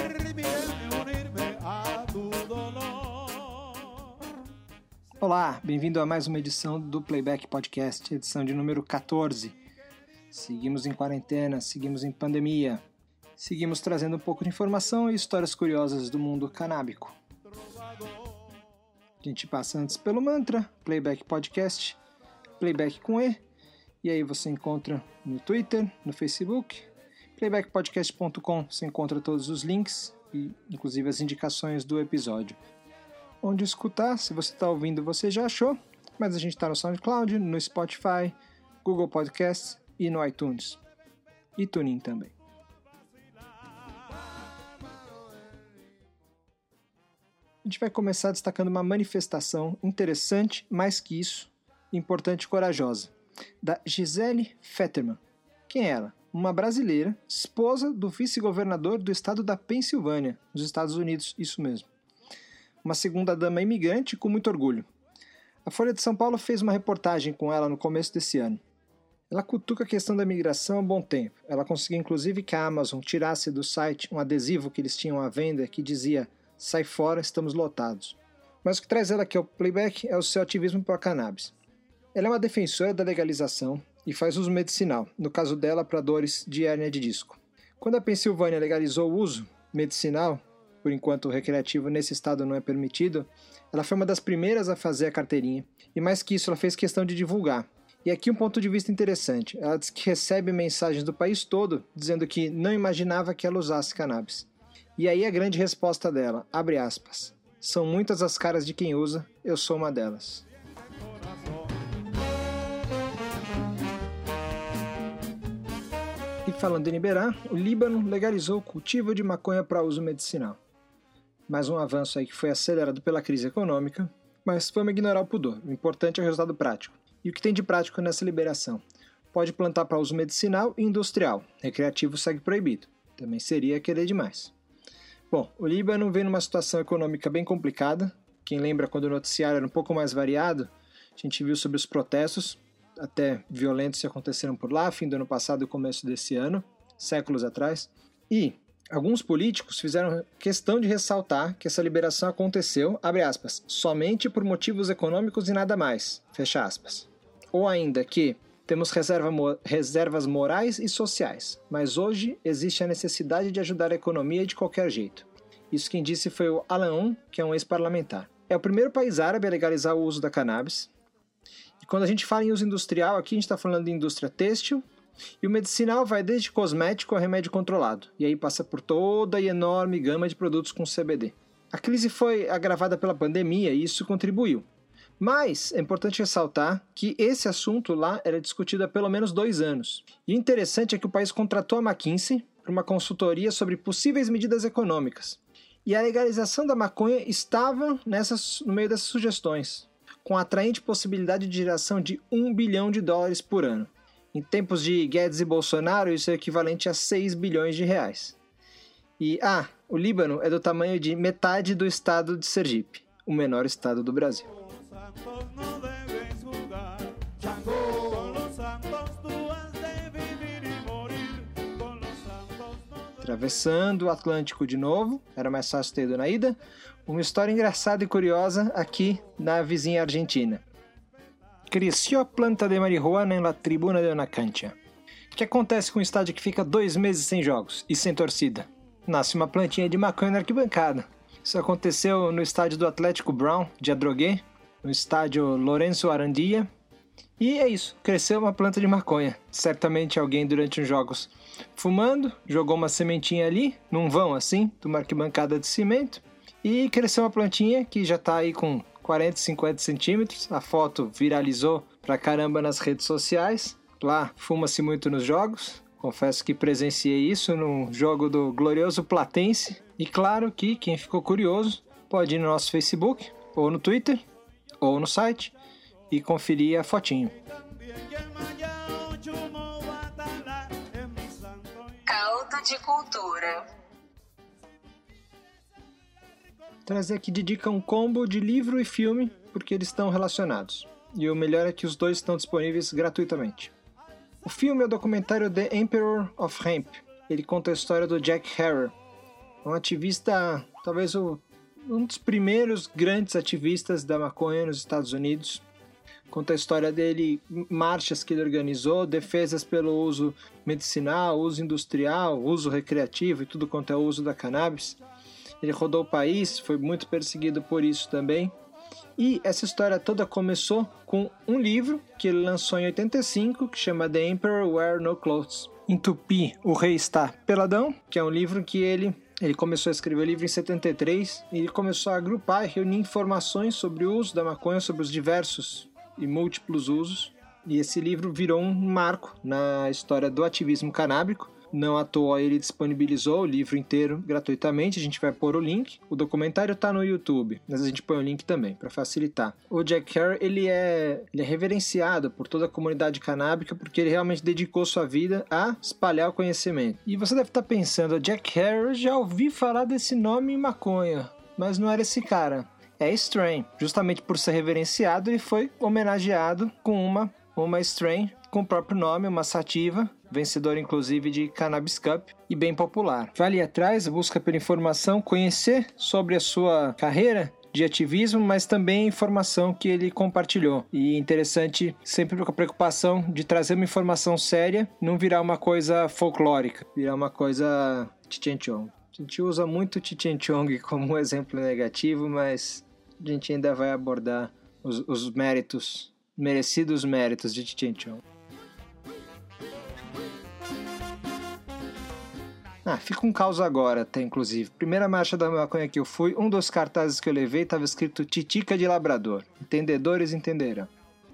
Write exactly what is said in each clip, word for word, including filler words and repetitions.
Olá, bem-vindo a mais uma edição do Playback Podcast, edição de número catorze. Seguimos em quarentena, seguimos em pandemia, seguimos trazendo um pouco de informação e histórias curiosas do mundo canábico. A gente passa antes pelo mantra, Playback Podcast, Playback com E, e aí você encontra no Twitter, no Facebook, playback podcast ponto com, você encontra todos os links e inclusive as indicações do episódio. Onde escutar, se você está ouvindo você já achou, mas a gente está no SoundCloud, no Spotify, Google Podcasts e no iTunes. E TuneIn também. A gente vai começar destacando uma manifestação interessante, mais que isso, importante e corajosa, da Gisele Fetterman. Quem é ela? Uma brasileira, esposa do vice-governador do estado da Pensilvânia, nos Estados Unidos, isso mesmo. Uma segunda-dama imigrante com muito orgulho. A Folha de São Paulo fez uma reportagem com ela no começo desse ano. Ela cutuca a questão da migração há bom tempo. Ela conseguiu inclusive que a Amazon tirasse do site um adesivo que eles tinham à venda que dizia "Sai fora, estamos lotados". Mas o que traz ela aqui ao Playback é o seu ativismo para a cannabis. Ela é uma defensora da legalização e faz uso medicinal, no caso dela para dores de hérnia de disco. Quando a Pensilvânia legalizou o uso medicinal, por enquanto o recreativo nesse estado não é permitido, ela foi uma das primeiras a fazer a carteirinha, e mais que isso, ela fez questão de divulgar. E aqui um ponto de vista interessante, ela diz que recebe mensagens do país todo, dizendo que não imaginava que ela usasse cannabis. E aí a grande resposta dela, abre aspas, são muitas as caras de quem usa, eu sou uma delas. E falando em liberar, o Líbano legalizou o cultivo de maconha para uso medicinal. Mais um avanço aí que foi acelerado pela crise econômica, mas vamos ignorar o pudor. O importante é o resultado prático. E o que tem de prático nessa liberação? Pode plantar para uso medicinal e industrial. Recreativo segue proibido. Também seria querer demais. Bom, o Líbano vem numa situação econômica bem complicada. Quem lembra quando o noticiário era um pouco mais variado, a gente viu sobre os protestos, até violentos que aconteceram por lá, fim do ano passado e começo desse ano, séculos atrás. E alguns políticos fizeram questão de ressaltar que essa liberação aconteceu, abre aspas, somente por motivos econômicos e nada mais, fecha aspas. Ou ainda que temos reserva, reservas morais e sociais, mas hoje existe a necessidade de ajudar a economia de qualquer jeito. Isso quem disse foi o Alan Um, que é um ex-parlamentar. É o primeiro país árabe a legalizar o uso da cannabis. E quando a gente fala em uso industrial, aqui a gente está falando de indústria têxtil, e o medicinal vai desde cosmético a remédio controlado, e aí passa por toda a enorme gama de produtos com C B D. A crise foi agravada pela pandemia e isso contribuiu. Mas é importante ressaltar que esse assunto lá era discutido há pelo menos dois anos. E o interessante é que o país contratou a McKinsey para uma consultoria sobre possíveis medidas econômicas. E a legalização da maconha estava nessas, no meio dessas sugestões, com a atraente possibilidade de geração de um bilhão de dólares por ano. Em tempos de Guedes e Bolsonaro, isso é equivalente a seis bilhões de reais. E, ah, o Líbano é do tamanho de metade do estado de Sergipe, o menor estado do Brasil. Atravessando o Atlântico de novo, era mais fácil ter ido na ida, uma história engraçada e curiosa aqui na vizinha Argentina. Cresceu a planta de marihuana em la tribuna de una cancha. O que acontece com um estádio que fica dois meses sem jogos e sem torcida? Nasce uma plantinha de maconha na arquibancada. Isso aconteceu no estádio do Atlético Brown de Adrogué, no estádio Lourenço Arandia. E é isso, cresceu uma planta de maconha. Certamente alguém durante os jogos fumando, jogou uma sementinha ali, num vão assim, de uma arquibancada de cimento, e cresceu uma plantinha que já está aí com quarenta, cinquenta centímetros, a foto viralizou pra caramba nas redes sociais, lá fuma-se muito nos jogos, confesso que presenciei isso num jogo do glorioso Platense, e claro que quem ficou curioso pode ir no nosso Facebook, ou no Twitter, ou no site, e conferir a fotinho. Caldo de cultura. Trazer aqui de dica um combo de livro e filme, porque eles estão relacionados. E o melhor é que os dois estão disponíveis gratuitamente. O filme é o documentário The Emperor of Hemp. Ele conta a história do Jack Herer, um ativista, talvez o, um dos primeiros grandes ativistas da maconha nos Estados Unidos. Conta a história dele, marchas que ele organizou, defesas pelo uso medicinal, uso industrial, uso recreativo e tudo quanto é o uso da cannabis. Ele rodou o país, foi muito perseguido por isso também. E essa história toda começou com um livro que ele lançou em oitenta e cinco, que chama The Emperor Wear No Clothes. Em tupi, O Rei Está Peladão, que é um livro que ele... Ele começou a escrever o livro em setenta e três e ele começou a agrupar e reunir informações sobre o uso da maconha, sobre os diversos e múltiplos usos. E esse livro virou um marco na história do ativismo canábico. Não à toa ele disponibilizou o livro inteiro gratuitamente, a gente vai pôr o link. O documentário está no YouTube, mas a gente põe o link também, para facilitar. O Jack Herer, ele é, ele é reverenciado por toda a comunidade canábica, porque ele realmente dedicou sua vida a espalhar o conhecimento. E você deve estar pensando, Jack Herer, já ouvi falar desse nome em maconha, mas não era esse cara. É strain. Justamente por ser reverenciado, ele foi homenageado com uma, uma strain com o próprio nome, uma sativa, vencedor inclusive de Cannabis Cup e bem popular. Vale ir atrás, busca pela informação, conhecer sobre a sua carreira de ativismo, mas também a informação que ele compartilhou. E interessante, sempre com a preocupação de trazer uma informação séria, não virar uma coisa folclórica, virar uma coisa Cheech and Chong. A gente usa muito Cheech and Chong como um exemplo negativo, mas a gente ainda vai abordar os, os méritos, merecidos méritos de Cheech and Chong. Ah, fica um caos agora até, inclusive. Primeira marcha da maconha que eu fui, um dos cartazes que eu levei estava escrito Titica de Labrador. Entendedores entenderão.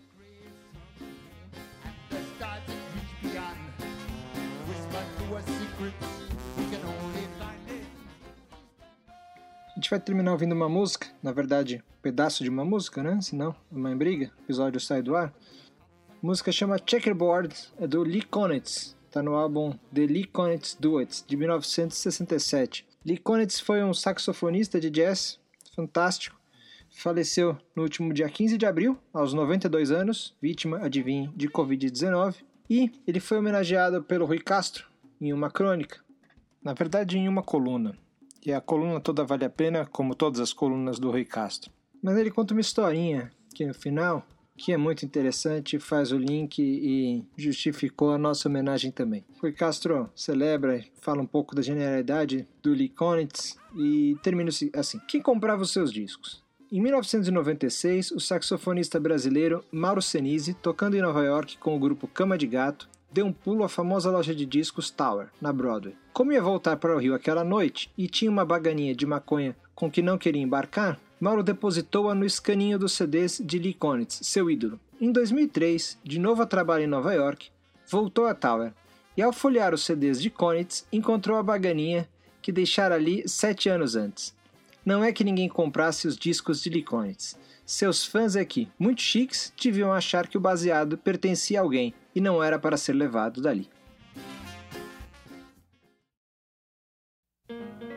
A gente vai terminar ouvindo uma música, na verdade, um pedaço de uma música, né? Senão, uma briga, o episódio sai do ar. A música chama Checkerboard, é do Lee Konitz. Está no álbum The Lee Konitz Duets, de mil novecentos e sessenta e sete. Lee Konitz foi um saxofonista de jazz fantástico. Faleceu no último dia quinze de abril, aos noventa e dois anos, vítima, adivinhe, de covid dezenove. E ele foi homenageado pelo Rui Castro em uma crônica, na verdade em uma coluna. E a coluna toda vale a pena, como todas as colunas do Rui Castro. Mas ele conta uma historinha que no final, que é muito interessante, faz o link e justificou a nossa homenagem também. Rui Castro celebra, fala um pouco da genialidade do Lee Konitz e termina assim. Quem comprava os seus discos? Em mil novecentos e noventa e seis, o saxofonista brasileiro Mauro Senise, tocando em Nova York com o grupo Cama de Gato, deu um pulo à famosa loja de discos Tower, na Broadway. Como ia voltar para o Rio aquela noite e tinha uma baganinha de maconha com que não queria embarcar, Mauro depositou-a no escaninho dos C Ds de Lee Konitz, seu ídolo. Em dois mil e três, de novo a trabalho em Nova York, voltou a Tower e ao folhear os C Ds de Konitz, encontrou a baganinha que deixara ali sete anos antes. Não é que ninguém comprasse os discos de Lee Konitz. Seus fãs aqui, muito chiques, deviam achar que o baseado pertencia a alguém e não era para ser levado dali.